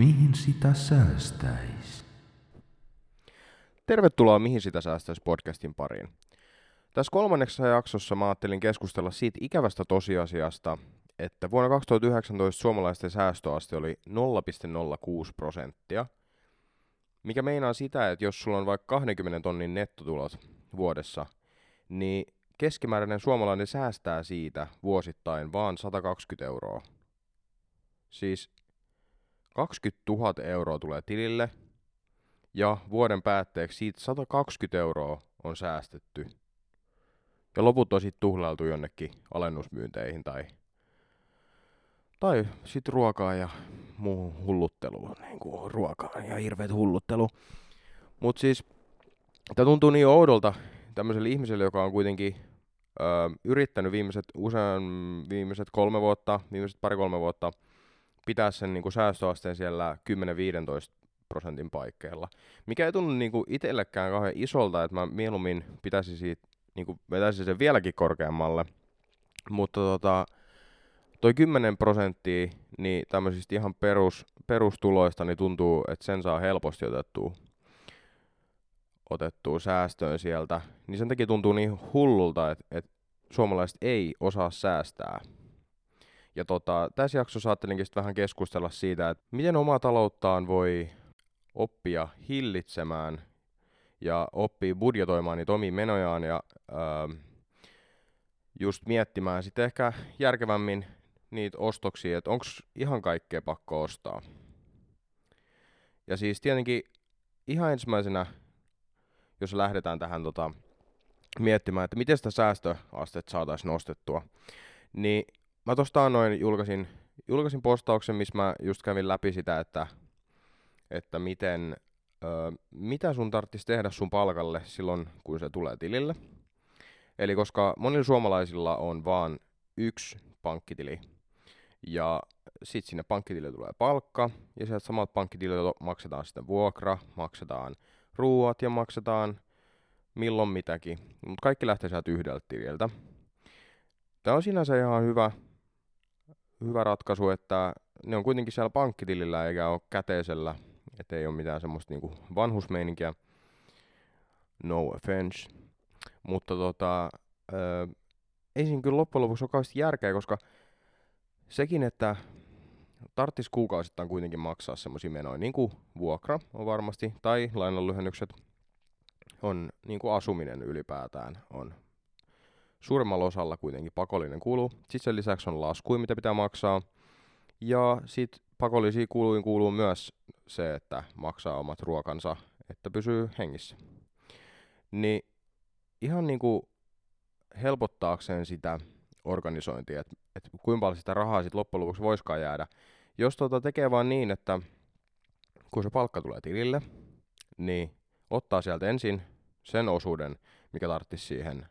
Mihin sitä säästäis? Tervetuloa Mihin sitä säästäisi podcastin pariin. Tässä 3. jaksossa mä ajattelin keskustella siitä ikävästä tosiasiasta, että vuonna 2019 suomalaisten säästöaste oli 0,06%, mikä meinaa sitä, että jos sulla on vaikka 20 tonnin nettotulot vuodessa, niin keskimääräinen suomalainen säästää siitä vuosittain vaan 120 euroa. Siis 20 000 euroa tulee tilille, ja vuoden päätteeksi siitä 120 euroa on säästetty. Ja loput on sitten tuhlailtu jonnekin alennusmyynteihin tai sitten ruokaa ja muuhun hullutteluun, niin kuin ruokaa ja hirveet hulluttelu. Mutta siis tämä tuntuu niin oudolta tämmöiselle ihmiselle, joka on kuitenkin yrittänyt viimeiset pari-kolme vuotta pitää sen niin kuin säästöasteen siellä 10-15% paikkeilla. Mikä ei tunnu niin kuin itsellekään kauhean isolta, että mä mieluummin pitäisin siitä, niin kuin vetäisin sen vieläkin korkeammalle. Mutta toi 10%, niin tämmöisistä ihan perustuloista, niin tuntuu, että sen saa helposti otettua säästöön sieltä. Niin sen takia tuntuu niin hullulta, että suomalaiset ei osaa säästää. Ja tässä jaksossa ajattelinkin vähän keskustella siitä, että miten omaa talouttaan voi oppia hillitsemään ja oppii budjetoimaan niitä omia menojaan ja just miettimään sitten ehkä järkevämmin niitä ostoksia, että onko ihan kaikkea pakko ostaa. Ja siis tietenkin ihan ensimmäisenä, jos lähdetään tähän miettimään, että miten sitä säästöastetta saataisiin nostettua, niin mä tuosta annoin julkaisin postauksen, missä mä just kävin läpi sitä, että mitä sun tarvitsisi tehdä sun palkalle silloin, kun se tulee tilille. Eli koska monilla suomalaisilla on vaan yksi pankkitili, ja sitten sinne pankkitilille tulee palkka, ja sieltä samalta pankkitililtä maksetaan sitten vuokra, maksetaan ruuat ja maksetaan milloin mitäkin. Mutta kaikki lähtee sieltä yhdeltä tililtä. Tämä on sinänsä ihan hyvä ratkaisu, että ne on kuitenkin siellä pankkitilillä eikä ole käteisellä, että ei ole mitään semmoista niinku vanhusmeininkiä. No offense. Mutta ei siinä kyllä loppujen lopuksi ole kauheasti järkeä, koska sekin, että tarvitsisi kuukausittain kuitenkin maksaa semmoisia menoja, niin kuin vuokra on varmasti, tai lainanlyhennykset, on niin kuin asuminen ylipäätään on suurimmalla osalla kuitenkin pakollinen kulu. Sitten sen lisäksi on laskuja, mitä pitää maksaa. Ja sitten pakollisiin kuluihin kuuluu myös se, että maksaa omat ruokansa, että pysyy hengissä. Niin ihan niinku helpottaakseen sitä organisointia, että kuinka paljon sitä rahaa sitten loppujen lopuksi voisikaan jäädä. Jos tekee vaan niin, että kun se palkka tulee tilille, niin ottaa sieltä ensin sen osuuden, mikä tarvitsisi siihen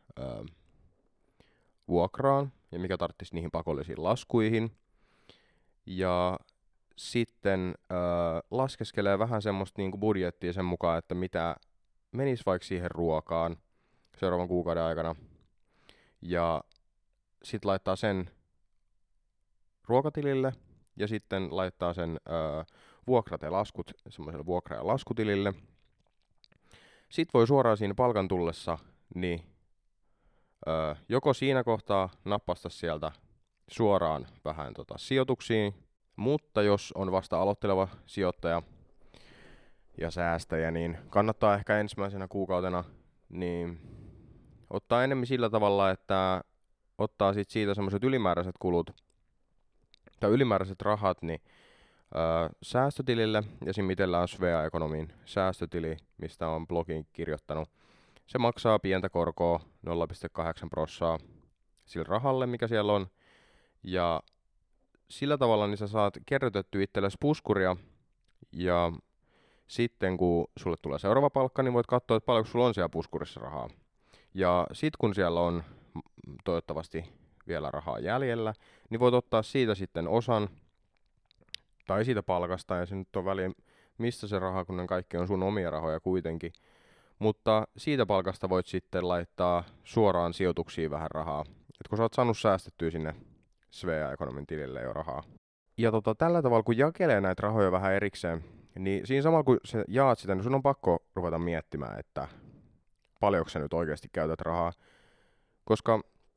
vuokraan ja mikä tarvitsisi niihin pakollisiin laskuihin. Ja sitten laskeskelee vähän semmoista niinku budjettia sen mukaan, että mitä menisi vaikka siihen ruokaan seuraavan kuukauden aikana. Ja sitten laittaa sen ruokatilille ja sitten laittaa sen vuokrat ja laskut semmoiselle vuokra- ja laskutilille. Sitten voi suoraan siinä palkan tullessa niin joko siinä kohtaa nappasta sieltä suoraan vähän sijoituksiin, mutta jos on vasta aloitteleva sijoittaja ja säästäjä, niin kannattaa ehkä ensimmäisenä kuukautena niin ottaa enemmän sillä tavalla, että ottaa siitä semmoiset ylimääräiset kulut tai ylimääräiset rahat niin säästötilille. Ja siinä itsellä on Svea Economin säästötili, mistä on blogin kirjoittanut. Se maksaa pientä korkoa 0,8% sillä rahalle, mikä siellä on. Ja sillä tavalla niin sä saat kerrytettyä itsellesi puskuria. Ja sitten kun sulle tulee seuraava palkka, niin voit katsoa, että paljonko sulla on siellä puskurissa rahaa. Ja sitten kun siellä on toivottavasti vielä rahaa jäljellä, niin voit ottaa siitä sitten osan tai siitä palkasta, ja se nyt on väliin mistä se raha, kun ne kaikki on sun omia rahoja kuitenkin. Mutta siitä palkasta voit sitten laittaa suoraan sijoituksiin vähän rahaa. Et kun sä oot saanut säästettyä sinne Svea Economin tilille jo rahaa. Ja tällä tavalla, kun jakelee näitä rahoja vähän erikseen, niin siinä samalla kun sä jaat sitä, niin sun on pakko ruveta miettimään, että paljonko sä nyt oikeasti käytät rahaa. Koska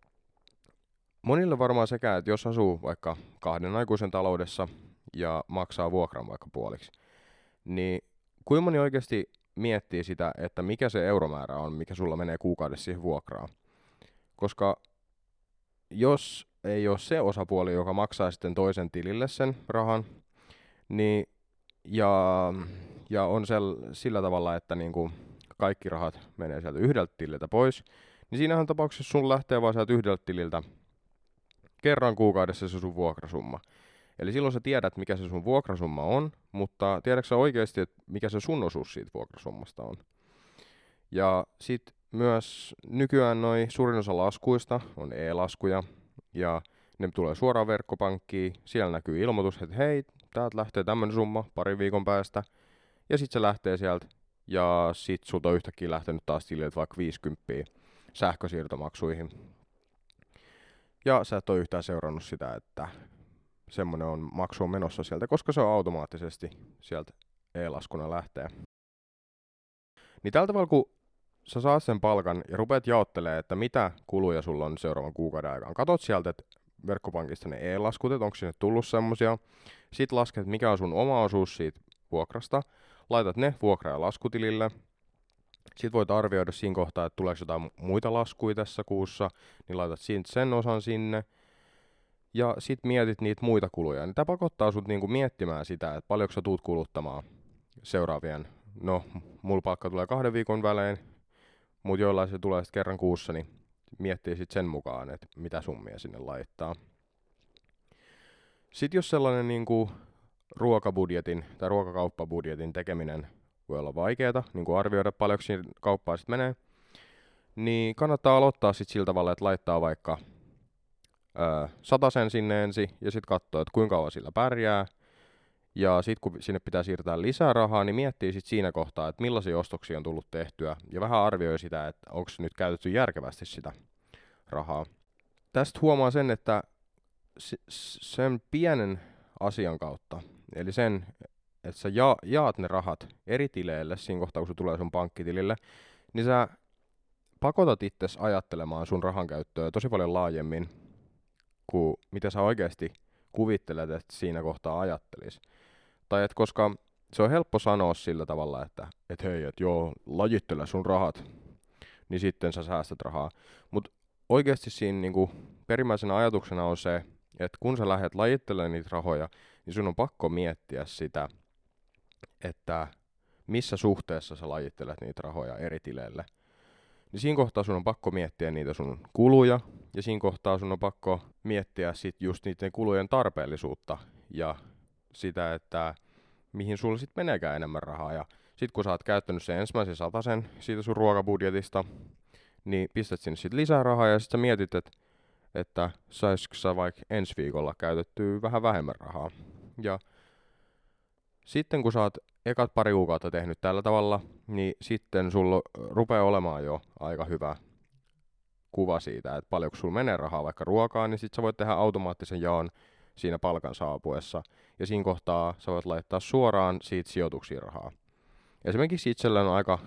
monille varmaan sekä, että jos asuu vaikka kahden aikuisen taloudessa ja maksaa vuokran vaikka puoliksi, niin kuinka moni oikeasti miettii sitä, että mikä se euromäärä on, mikä sulla menee kuukaudessa siihen vuokraan. Koska jos ei ole se osapuoli, joka maksaa sitten toisen tilille sen rahan, niin ja on sillä tavalla, että niinku kaikki rahat menee sieltä yhdeltä tililtä pois, niin siinähän tapauksessa sun lähtee vaan sieltä yhdeltä tililtä kerran kuukaudessa se sun vuokrasumma. Eli silloin sä tiedät, mikä se sun vuokrasumma on, mutta tiedätkö sä oikeasti, että mikä se sun osuus siitä vuokrasummasta on. Ja sit myös nykyään suurin osa laskuista on e-laskuja, ja ne tulee suoraan verkkopankkiin, siellä näkyy ilmoitus, että hei, täältä lähtee tämmönen summa parin viikon päästä, ja sit se lähtee sieltä, ja sit sulta on yhtäkkiä lähtenyt taas tililtä vaikka 50 sähkösiirtomaksuihin. Ja sä et ole yhtään seurannut sitä, että semmonen maksu on menossa sieltä, koska se on automaattisesti sieltä e-laskuna lähtee. Niin tällä tavalla, kun sä saat sen palkan ja rupeat jaottelemaan, että mitä kuluja sulla on seuraavan kuukauden aikaan. Katot sieltä, että verkkopankista ne e-laskut, että onko sinne tullut semmosia. Sitten lasket, mikä on sun oma osuus siitä vuokrasta. Laitat ne vuokra- ja laskutilille. Sitten voit arvioida siinä kohtaa, että tuleeko jotain muita laskuja tässä kuussa, niin laitat sen osan sinne. Ja sit mietit niitä muita kuluja. Niin tää pakottaa sut niinku miettimään sitä, että paljonko sä tuut kuluttamaan seuraavien. No, mulla palkka tulee 2 viikon välein, mutta joillain se tulee sitten kerran kuussa, niin miettii sitten sen mukaan, että mitä summia sinne laittaa. Sitten jos sellainen niinku ruokabudjetin tai ruokakauppabudjetin tekeminen voi olla vaikeaa, niin kuin arvioida paljonko siinä kauppaa sitten menee, niin kannattaa aloittaa sitten sillä tavalla, että laittaa vaikka 100 sinne ensin ja sitten katsoo, että kuinka kauan sillä pärjää. Ja sitten kun sinne pitää siirtää lisää rahaa, niin miettii sitten siinä kohtaa, että millaisia ostoksia on tullut tehtyä. Ja vähän arvioi sitä, että onko se nyt käytetty järkevästi sitä rahaa. Tästä huomaa sen, että sen pienen asian kautta, eli sen, että sä jaat ne rahat eri tileille siinä kohtaa, kun se tulee sun pankkitilille, niin sä pakotat itsesi ajattelemaan sun rahan käyttöä tosi paljon laajemmin kuin mitä sä oikeasti kuvittelet, että siinä kohtaa ajattelis. Tai että koska se on helppo sanoa sillä tavalla, että hei, että joo, lajittele sun rahat, niin sitten sä säästät rahaa. Mutta oikeasti siinä niinku perimmäisenä ajatuksena on se, että kun sä lähdet lajittelemaan niitä rahoja, niin sun on pakko miettiä sitä, että missä suhteessa sä lajittelet niitä rahoja eri tileille. Niin siinä kohtaa sun on pakko miettiä niitä sun kuluja, ja siinä kohtaa sun on pakko miettiä sit just niiden kulujen tarpeellisuutta, ja sitä, että mihin sulla sit meneekään enemmän rahaa. Ja sit kun sä oot käyttänyt sen ensimmäisen 100 siitä sun ruokabudjetista, niin pistät sinne sit lisää rahaa, ja sit sä mietit, että saisitko sä vaikka ensi viikolla käytettyä vähän vähemmän rahaa. Ja sitten kun sä oot ekat pari kuukautta tehnyt tällä tavalla, niin sitten sulla rupeaa olemaan jo aika hyvä kuva siitä, että paljonko sulla menee rahaa vaikka ruokaan, niin sit sä voit tehdä automaattisen jaon siinä palkan saapuessa. Ja siinä kohtaa sä voit laittaa suoraan siitä sijoituksiin rahaa. Esimerkiksi itsellä on aika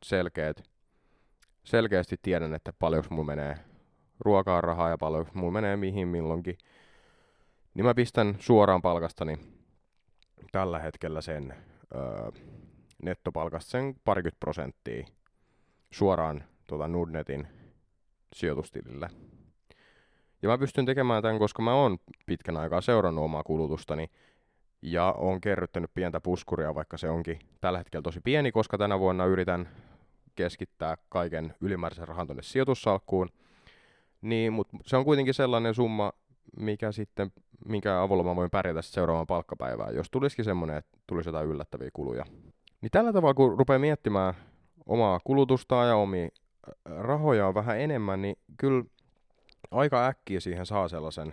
selkeästi tiedän, että paljonko mulla menee ruokaan rahaa ja paljonko mulla menee mihin milloinkin. Niin mä pistän suoraan palkastani tällä hetkellä sen nettopalkasta sen 20% suoraan Nordnetin sijoitustilille. Ja mä pystyn tekemään tämän, koska mä oon pitkän aikaa seurannut omaa kulutustani ja oon kerryttänyt pientä puskuria, vaikka se onkin tällä hetkellä tosi pieni, koska tänä vuonna yritän keskittää kaiken ylimääräisen rahan tonne sijoitussalkkuun. Niin, mutta se on kuitenkin sellainen summa, minkä avulla mä voin pärjätä seuraavaan palkkapäivään, jos tulisikin semmoinen, että tulisi jotain yllättäviä kuluja. Niin tällä tavalla, kun rupeaa miettimään omaa kulutustaan ja omia rahojaan vähän enemmän, niin kyllä aika äkkiä siihen saa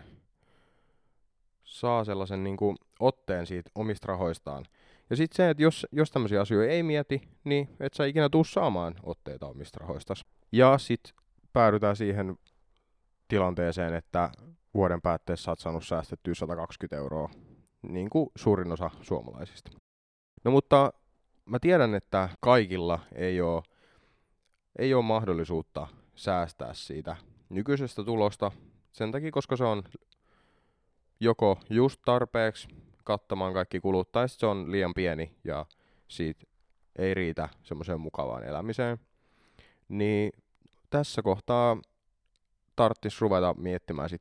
sellaisen niin kuin otteen siitä omista rahoistaan. Ja sitten se, että jos tämmöisiä asioita ei mieti, niin et sä ikinä tuu saamaan otteita omista rahoistas. Ja sitten päädytään siihen tilanteeseen, että vuoden päätteessä sä oot saanut säästettyä 120 € niin kuin suurin osa suomalaisista. No mutta mä tiedän, että kaikilla ei ole mahdollisuutta säästää siitä nykyisestä tulosta sen takia, koska se on joko just tarpeeksi kattamaan kaikki kulut, tai se on liian pieni ja siitä ei riitä semmoiseen mukavaan elämiseen. Niin tässä kohtaa tarvitsisi ruveta miettimään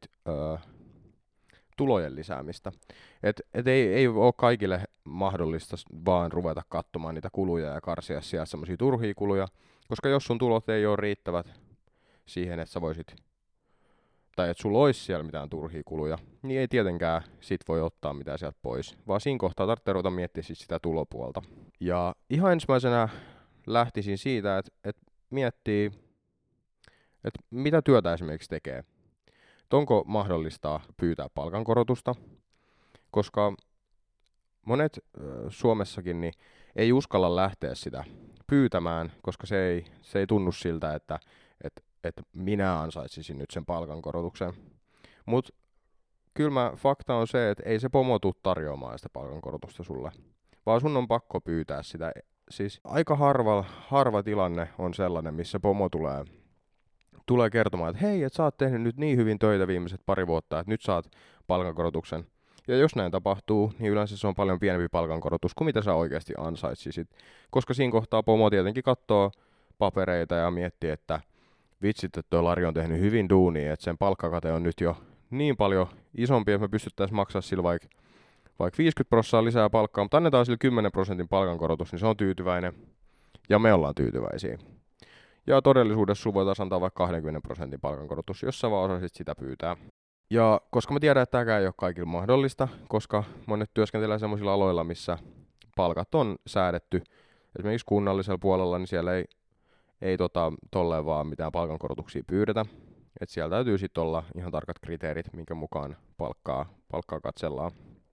tulojen lisäämistä. Et ei ole kaikille mahdollista vaan ruveta katsomaan niitä kuluja ja karsia sieltä semmoisia turhia kuluja, koska jos sun tulot ei ole riittävät siihen, että sä voisit, tai että sulla olisi siellä mitään turhia kuluja, niin ei tietenkään sit voi ottaa mitään sieltä pois, vaan siinä kohtaa tarvitsee ruveta miettiä sit sitä tulopuolta. Ja ihan ensimmäisenä lähtisin siitä, että miettii, että mitä työtä esimerkiksi tekee. Onko mahdollista pyytää palkankorotusta, koska monet Suomessakin niin ei uskalla lähteä sitä pyytämään, koska se ei tunnu siltä, että minä ansaitsisin nyt sen palkankorotuksen. Mutta kyllä fakta on se, että ei se pomo tule tarjoamaan sitä palkankorotusta sulle, vaan sun on pakko pyytää sitä. Siis aika harva tilanne on sellainen, missä pomo tulee kertomaan, että hei, että sä oot tehnyt nyt niin hyvin töitä viimeiset pari vuotta, että nyt saat palkankorotuksen. Ja jos näin tapahtuu, niin yleensä se on paljon pienempi palkankorotus kuin mitä sä oikeasti ansaitsisit. Koska siinä kohtaa pomo tietenkin katsoo papereita ja miettii, että vitsit, että toi Lari on tehnyt hyvin duunia, että sen palkkakate on nyt jo niin paljon isompi, että me pystyttäisiin maksaa sillä vaikka 50% lisää palkkaa, mutta annetaan sille 10% palkankorotus, niin se on tyytyväinen ja me ollaan tyytyväisiä. Ja todellisuudessa sulla voitaisiin antaa vaikka 20% palkankorotus, jos sä vaan osaisit sitä pyytää. Ja koska mä tiedän, että tämäkään ei ole kaikille mahdollista, koska monet työskentelee sellaisilla aloilla, missä palkat on säädetty. Esimerkiksi kunnallisella puolella, niin siellä ei tolleen vaan mitään palkankorotuksia pyydetä. Et siellä täytyy sitten olla ihan tarkat kriteerit, minkä mukaan palkkaa katsellaan.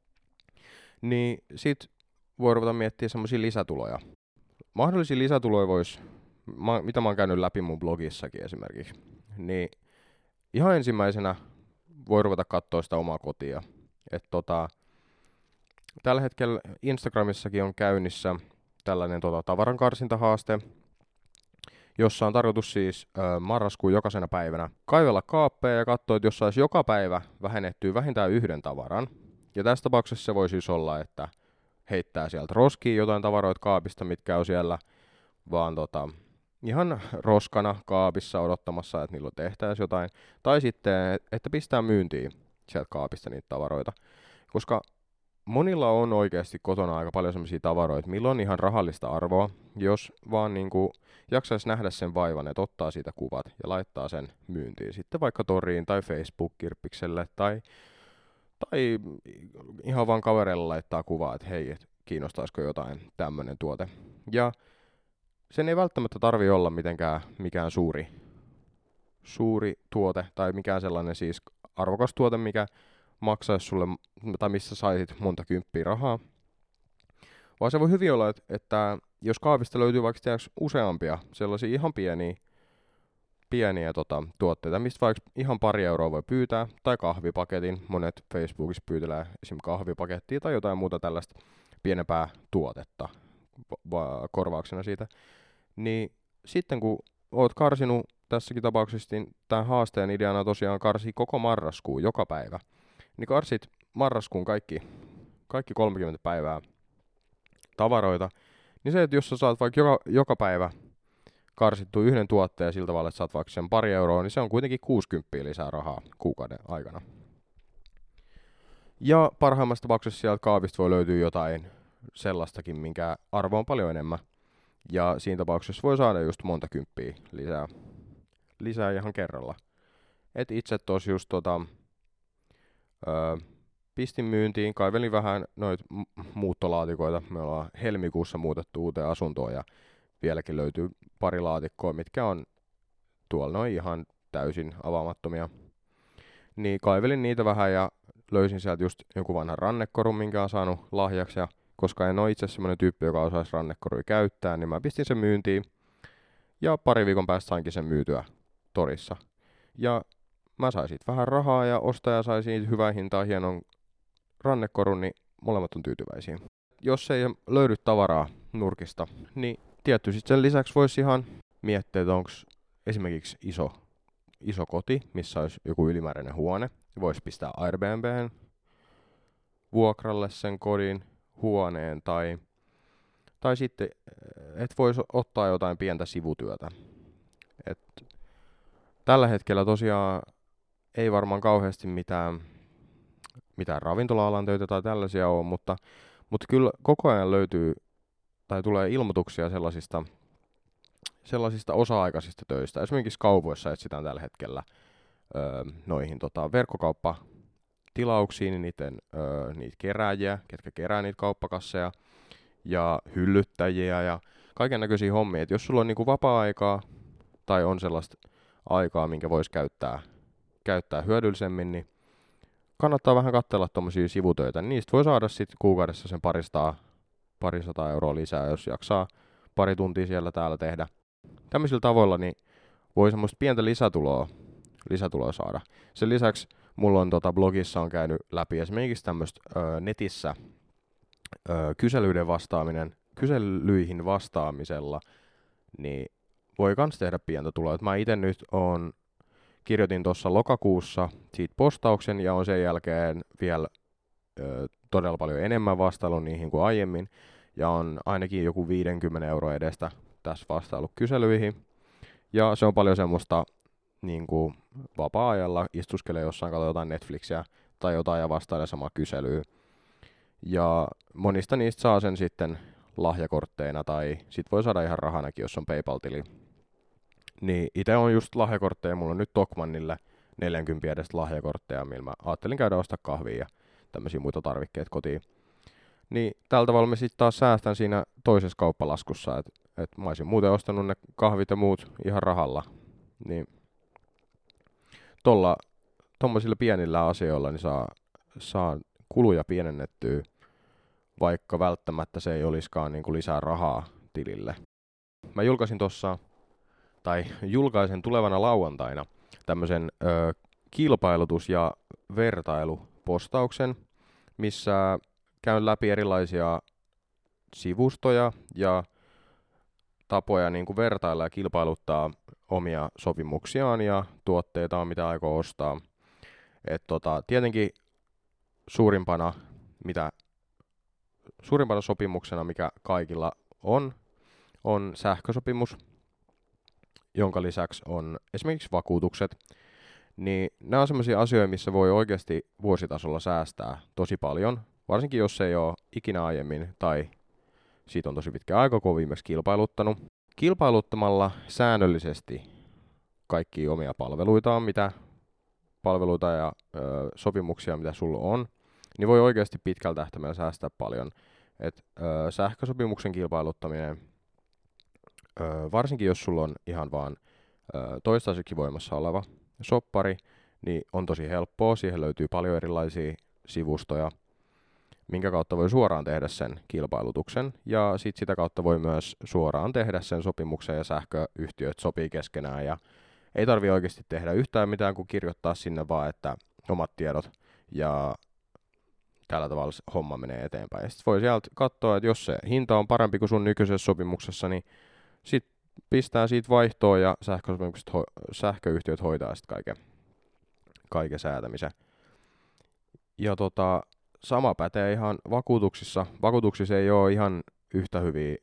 Niin sit voi ruveta miettiä semmoisia lisätuloja. Mahdollisia lisätuloja mitä mä oon käynyt läpi mun blogissakin esimerkiksi, niin ihan ensimmäisenä voi ruveta katsoa sitä omaa kotia. Tällä hetkellä Instagramissakin on käynnissä tällainen tavarankarsintahaaste, jossa on tarkoitus siis marraskuun jokaisena päivänä kaivella kaappeja ja katsoa, että jos saisi joka päivä vähennettyä vähintään yhden tavaran. Ja tässä tapauksessa se voi siis olla, että heittää sieltä roskiin jotain tavaroita kaapista, mitkä on siellä vaan ihan roskana kaapissa odottamassa, että niillä tehtäisiin jotain. Tai sitten, että pistää myyntiin sieltä kaapista niitä tavaroita. Koska monilla on oikeasti kotona aika paljon sellaisia tavaroita, millä on ihan rahallista arvoa, jos vaan jaksaisi nähdä sen vaivan, että ottaa siitä kuvat ja laittaa sen myyntiin. Sitten vaikka toriin tai Facebook-kirppikselle tai ihan vaan kavereilla laittaa kuvaa, että hei, et kiinnostaisiko jotain tämmöinen tuote. Ja sen ei välttämättä tarvitse olla mitenkään mikään suuri tuote tai mikään sellainen siis arvokas tuote, mikä maksaisi sulle tai missä saisit monta kymppiä rahaa. Vaan se voi hyvin olla, että jos kaapista löytyy vaikka useampia sellaisia ihan pieniä tuotteita, mistä vaikka ihan pari euroa voi pyytää, tai kahvipaketin. Monet Facebookissa pyytelee esim. Kahvipakettia tai jotain muuta tällaista pienempää tuotetta korvauksena siitä. Niin sitten kun oot karsinut tässäkin tapauksessa, niin tämän haasteen ideana tosiaan karsii koko marraskuun joka päivä. Niin karsit marraskuun kaikki 30 päivää tavaroita. Niin se, että jos sä saat vaikka joka päivä karsittu yhden tuotteen sillä tavalla, että saat vaikka sen pari euroa, niin se on kuitenkin 60 lisää rahaa kuukauden aikana. Ja parhaimmassa tapauksessa sieltä kaapista voi löytyä jotain sellaistakin, minkä arvo on paljon enemmän. Ja siinä tapauksessa voi saada just monta kymppiä lisää ihan kerralla. Et itse tos just pistin myyntiin, kaivelin vähän noita muuttolaatikoita. Me ollaan helmikuussa muutettu uuteen asuntoon ja vieläkin löytyy pari laatikkoa, mitkä on tuolla noin ihan täysin avaamattomia. Niin kaivelin niitä vähän ja löysin sieltä just joku vanhan rannekorun, minkä on saanut lahjaksi. Ja koska en ole itse semmoinen tyyppi, joka osaisi rannekoruja käyttää, niin mä pistin sen myyntiin. Ja pari viikon päästä sainkin sen myytyä torissa. Ja mä sain siitä vähän rahaa ja ostaja sai siitä hyvää hintaa hienon rannekorun, niin molemmat on tyytyväisiä. Jos ei löydy tavaraa nurkista, niin tietty sitten sen lisäksi voisi ihan miettiä, että onko esimerkiksi iso koti, missä olisi joku ylimääräinen huone. Voisi pistää Airbnb:hen vuokralle sen kodin, huoneen tai sitten, että voisi ottaa jotain pientä sivutyötä. Et tällä hetkellä tosiaan ei varmaan kauheasti mitään ravintola-alan töitä tai tällaisia ole, mutta kyllä koko ajan löytyy tai tulee ilmoituksia sellaisista osa-aikaisista töistä. Esimerkiksi kaupoissa etsitään tällä hetkellä noihin verkkokauppatilauksia, niitä kerääjiä, ketkä kerää niitä kauppakasseja, ja hyllyttäjiä ja kaiken näköisiä hommia. Et jos sulla on niinku vapaa-aikaa tai on sellaista aikaa, minkä voisi käyttää hyödyllisemmin, niin kannattaa vähän katsella tommosia sivutöitä. Niistä voi saada sitten kuukaudessa sen parisataa euroa lisää, jos jaksaa pari tuntia siellä täällä tehdä. Tämmöisillä tavoilla niin voi semmoista pientä lisätuloa saada. Sen lisäksi mulla on blogissa on käynyt läpi esimerkiksi tämmöistä netissä kyselyihin vastaamisella, niin voi kans tehdä pientä tuloa. Mä itse nyt kirjoitin tuossa lokakuussa siitä postauksen ja on sen jälkeen vielä todella paljon enemmän vastaillut niihin kuin aiemmin. Ja on ainakin joku 50 € edestä tässä vastaillut kyselyihin. Ja se on paljon semmoista niin kuin vapaa-ajalla istuskelee jossain, katsoo jotain Netflixiä tai jotain ja vastailee samaa kyselyä. Ja monista niistä saa sen sitten lahjakortteina tai sit voi saada ihan rahanakin, jos on PayPal-tili. Niin ite on just lahjakortteja, mulla on nyt Tokmannille 40 edestä lahjakortteja, millä mä ajattelin käydä ostaa kahvia ja tämmöisiä muita tarvikkeita kotiin. Niin tällä tavalla mä sitten taas säästän siinä toisessa kauppalaskussa, että mä olisin muuten ostanut ne kahvit ja muut ihan rahalla. Niin tommosilla pienillä asioilla niin saa kuluja pienennettyä, vaikka välttämättä se ei olisikaan niinku lisää rahaa tilille. Mä julkaisen tulevana lauantaina tämmöisen kilpailutus- ja vertailupostauksen, missä käyn läpi erilaisia sivustoja ja tapoja niin kuin vertailla ja kilpailuttaa omia sopimuksiaan ja tuotteitaan, mitä aikoo ostaa. Tietenkin suurimpana sopimuksena, mikä kaikilla on sähkösopimus, jonka lisäksi on esimerkiksi vakuutukset. Niin nämä on sellaisia asioita, missä voi oikeasti vuositasolla säästää tosi paljon, varsinkin jos ei ole ikinä aiemmin tai siitä on tosi pitkä aika, kun on viimeksi kilpailuttanut. Kilpailuttamalla säännöllisesti kaikkia omia palveluita ja sopimuksia, mitä sulla on, niin voi oikeasti pitkällä tähtäimellä säästää paljon. Sähkösopimuksen kilpailuttaminen, varsinkin jos sulla on ihan vaan toistaiseksi voimassa oleva soppari, niin on tosi helppoa. Siihen löytyy paljon erilaisia sivustoja, minkä kautta voi suoraan tehdä sen kilpailutuksen. Ja sit sitä kautta voi myös suoraan tehdä sen sopimuksen ja sähköyhtiöt sopii keskenään. Ja ei tarvitse oikeasti tehdä yhtään mitään, kuin kirjoittaa sinne vaan, että omat tiedot ja tällä tavalla homma menee eteenpäin. Ja sit voi sieltä katsoa, että jos se hinta on parempi kuin sun nykyisessä sopimuksessa, niin sit pistää siitä vaihtoa ja sähköyhtiöt hoitaa sitten kaiken säätämisen. Ja sama pätee ihan vakuutuksissa. Vakuutuksissa ei ole ihan yhtä hyviä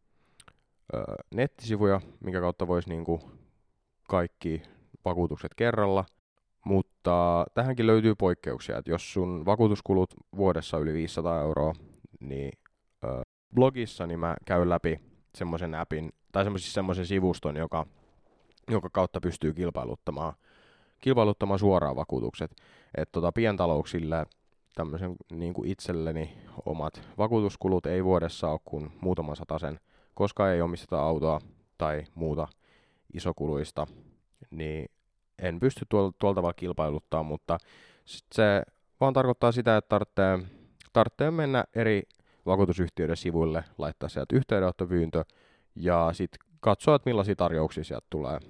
nettisivuja, minkä kautta voisi niinku kaikki vakuutukset kerralla. Mutta tähänkin löytyy poikkeuksia, että jos sun vakuutuskulut vuodessa yli 500 €, niin blogissa niin mä käyn läpi semmoisen appin tai semmoisen sivuston, joka kautta pystyy kilpailuttamaan suoraan vakuutukset. Pientalouksille tämmöisen niin kuin itselleni omat vakuutuskulut ei vuodessa ole kuin muutaman satasen, koska ei omisteta autoa tai muuta isokuluista, niin en pysty tuolla tavalla kilpailuttaa, mutta se vaan tarkoittaa sitä, että tarvitsee mennä eri vakuutusyhtiöiden sivuille, laittaa sieltä yhteydenottopyyntö ja sitten katsoa, että millaisia tarjouksia sieltä tulee.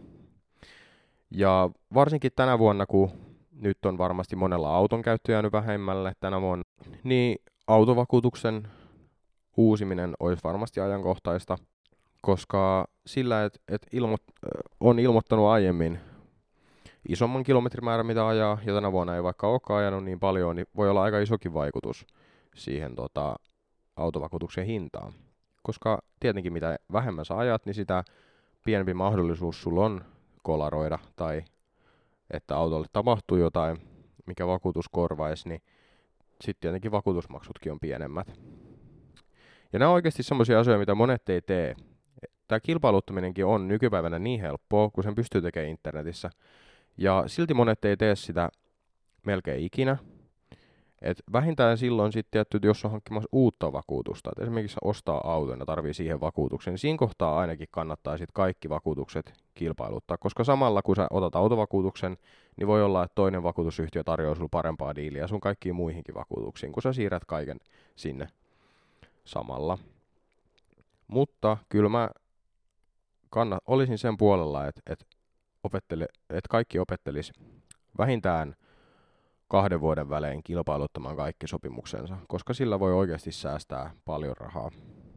Ja varsinkin tänä vuonna, kun nyt on varmasti monella auton käyttö jäänyt vähemmälle tänä vuonna, niin autovakuutuksen uusiminen olisi varmasti ajankohtaista, koska sillä, että on ilmoittanut aiemmin isomman kilometrimäärän, mitä ajaa, ja tänä vuonna ei vaikka olekaan ajanut niin paljon, niin voi olla aika isokin vaikutus siihen autovakuutuksen hintaan. Koska tietenkin mitä vähemmän sä ajat, niin sitä pienempi mahdollisuus sulla on kolaroida, tai että autolle tapahtuu jotain, mikä vakuutus korvaisi, niin sitten tietenkin vakuutusmaksutkin on pienemmät. Ja nämä on oikeasti semmoisia asioita, mitä monet ei tee. Tämä kilpailuttaminenkin on nykypäivänä niin helppoa, kun sen pystyy tekemään internetissä. Ja silti monet ei tee sitä melkein ikinä. Et vähintään silloin sitten tietty, jos on hankkimassa uutta vakuutusta, että esimerkiksi ostaa auton ja tarvii siihen vakuutuksen, niin siinä kohtaa ainakin kannattaa sitten kaikki vakuutukset kilpailuttaa, koska samalla kun sä otat autovakuutuksen, niin voi olla, että toinen vakuutusyhtiö tarjoaa sulle parempaa diiliä sun kaikkiin muihinkin vakuutuksiin, kun sä siirrät kaiken sinne samalla. Mutta kyllä mä olisin sen puolella, että kaikki opettelis vähintään 2 vuoden välein kilpailuttamaan kaikki sopimuksensa, koska sillä voi oikeasti säästää paljon rahaa.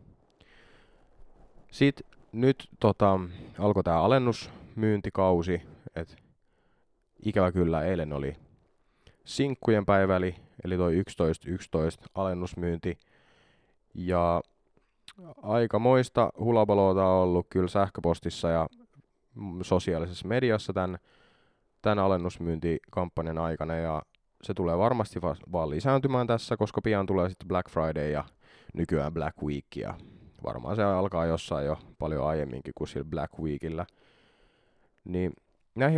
Sitten nyt alkoi tämä alennusmyyntikausi, että ikävä kyllä eilen oli sinkkujen päivä, eli toi 11.11 alennusmyynti, ja aikamoista hulabaloota on ollut kyllä sähköpostissa ja sosiaalisessa mediassa tämän alennusmyyntikampanjan aikana, ja se tulee varmasti vaan lisääntymään tässä, koska pian tulee sitten Black Friday ja nykyään Black Week, ja varmaan se alkaa jossain jo paljon aiemminkin kuin sillä Black Weekillä. Niin näihin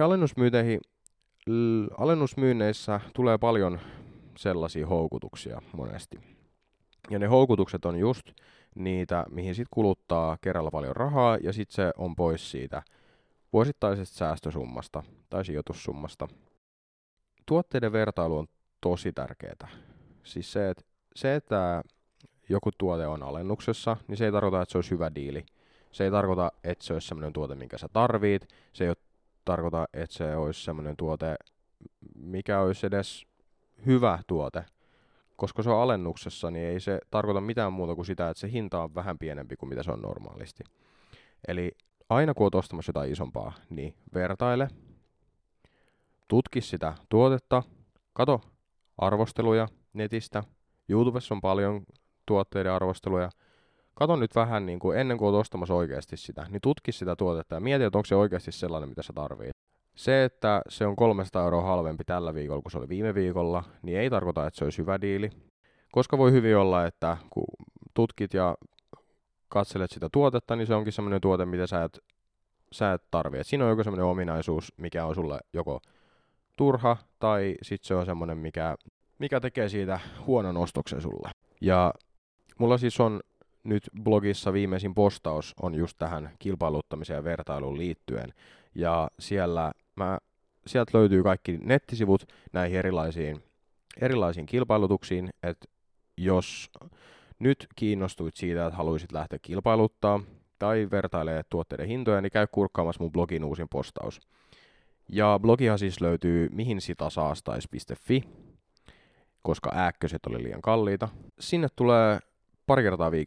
alennusmyynneissä tulee paljon sellaisia houkutuksia monesti. Ja ne houkutukset on just niitä, mihin sit kuluttaa kerralla paljon rahaa, ja sitten se on pois siitä vuosittaisesta säästösummasta tai sijoitussummasta. Tuotteiden vertailu on tosi tärkeää. Siis se, että joku tuote on alennuksessa, niin se ei tarkoita, että se olisi hyvä diili. Se ei tarkoita, että se olisi sellainen tuote, minkä sä tarvit. Se ei tarkoita, että se olisi sellainen tuote, mikä olisi edes hyvä tuote. Koska se on alennuksessa, niin ei se tarkoita mitään muuta kuin sitä, että se hinta on vähän pienempi kuin mitä se on normaalisti. Eli aina kun olet ostamassa jotain isompaa, niin vertaile, tutki sitä tuotetta, kato arvosteluja netistä. YouTubessa on paljon tuotteiden arvosteluja. Kato nyt vähän niin kuin ennen kuin olet ostamassa oikeasti sitä, niin tutki sitä tuotetta ja mieti, että onko se oikeasti sellainen, mitä sä tarvitset. Se, että se on 300 € halvempi tällä viikolla kuin se oli viime viikolla, niin ei tarkoita, että se olisi hyvä diili. Koska voi hyvin olla, että kun tutkit ja katselet sitä tuotetta, niin se onkin sellainen tuote, mitä sä et tarvitse. Siinä on joku sellainen ominaisuus, mikä on sulle joko turha, tai sitten se on semmoinen, mikä tekee siitä huonon ostoksen sulle. Ja mulla siis on nyt blogissa viimeisin postaus on just tähän kilpailuttamiseen ja vertailuun liittyen. Ja sieltä löytyy kaikki nettisivut näihin erilaisiin kilpailutuksiin, että jos nyt kiinnostuit siitä, että haluaisit lähteä kilpailuttaa tai vertailee tuotteiden hintoja, niin käy kurkkaamassa mun blogin uusin postaus. Ja blogihan siis löytyy mihinsitasaastais.fi, koska ääkköset oli liian kalliita. Sinne tulee 2-3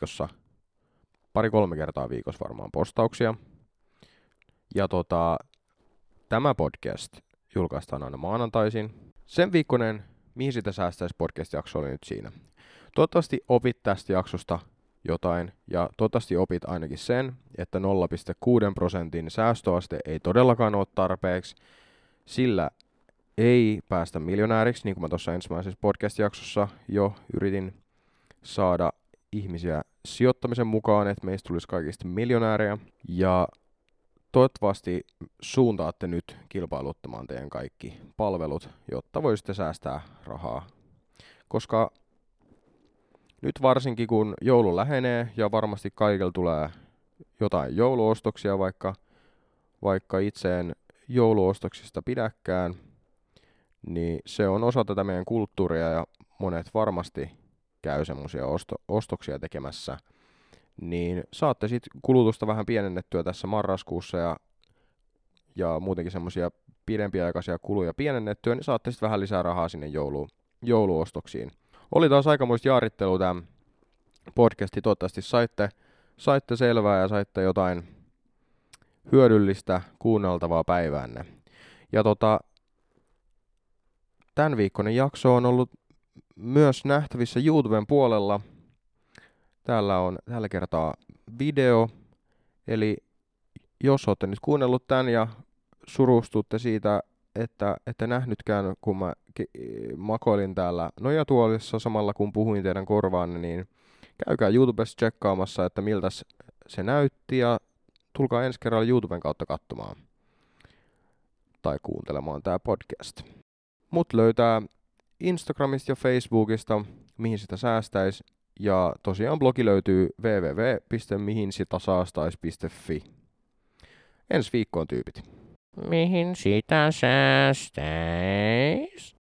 kertaa viikossa varmaan postauksia. Ja tämä podcast julkaistaan aina maanantaisin. Sen viikkoinen Mihin sitä säästäisi podcast-jakso oli nyt siinä. Toivottavasti opit tästä jaksosta jotain, ja toivottavasti opit ainakin sen, että 0,6% säästöaste ei todellakaan ole tarpeeksi. Sillä ei päästä miljonääriksi, niin kuin mä tuossa ensimmäisessä podcast-jaksossa jo yritin saada ihmisiä sijoittamisen mukaan, että meistä tulisi kaikista miljonäärejä. Ja toivottavasti suuntaatte nyt kilpailuttamaan teidän kaikki palvelut, jotta voisitte säästää rahaa. Koska nyt varsinkin kun joulu lähenee ja varmasti kaikilla tulee jotain jouluostoksia, vaikka itse en jouluostoksista pidäkään, niin se on osa tätä meidän kulttuuria ja monet varmasti käy semmoisia ostoksia tekemässä. Niin saatte sitten kulutusta vähän pienennettyä tässä marraskuussa ja muutenkin semmoisia pidempiaikaisia kuluja pienennettyä, niin saatte sitten vähän lisää rahaa sinne jouluostoksiin. Oli taas aikamoista jaarittelua tämä podcasti. Toivottavasti saitte selvää ja saitte jotain hyödyllistä kuunneltavaa päiväänne. Ja tämän viikkoinen jakso on ollut myös nähtävissä YouTuben puolella. Täällä on tällä kertaa video. Eli jos olette nyt kuunnellut tämän ja surustutte siitä, että ette nähnytkään, kun mä makoilin täällä nojatuolissa samalla kun puhuin teidän korvaanne, niin käykää YouTubessa tsekkaamassa, että miltä se näytti ja tulkaa ensi kerralla YouTuben kautta katsomaan tai kuuntelemaan tää podcast. Mut löytää Instagramista ja Facebookista, mihin sitä säästäisi, ja tosiaan blogi löytyy www.mihinsitasäästäis.fi. Ensi viikkoon tyypit. Mihin sitä säästäis?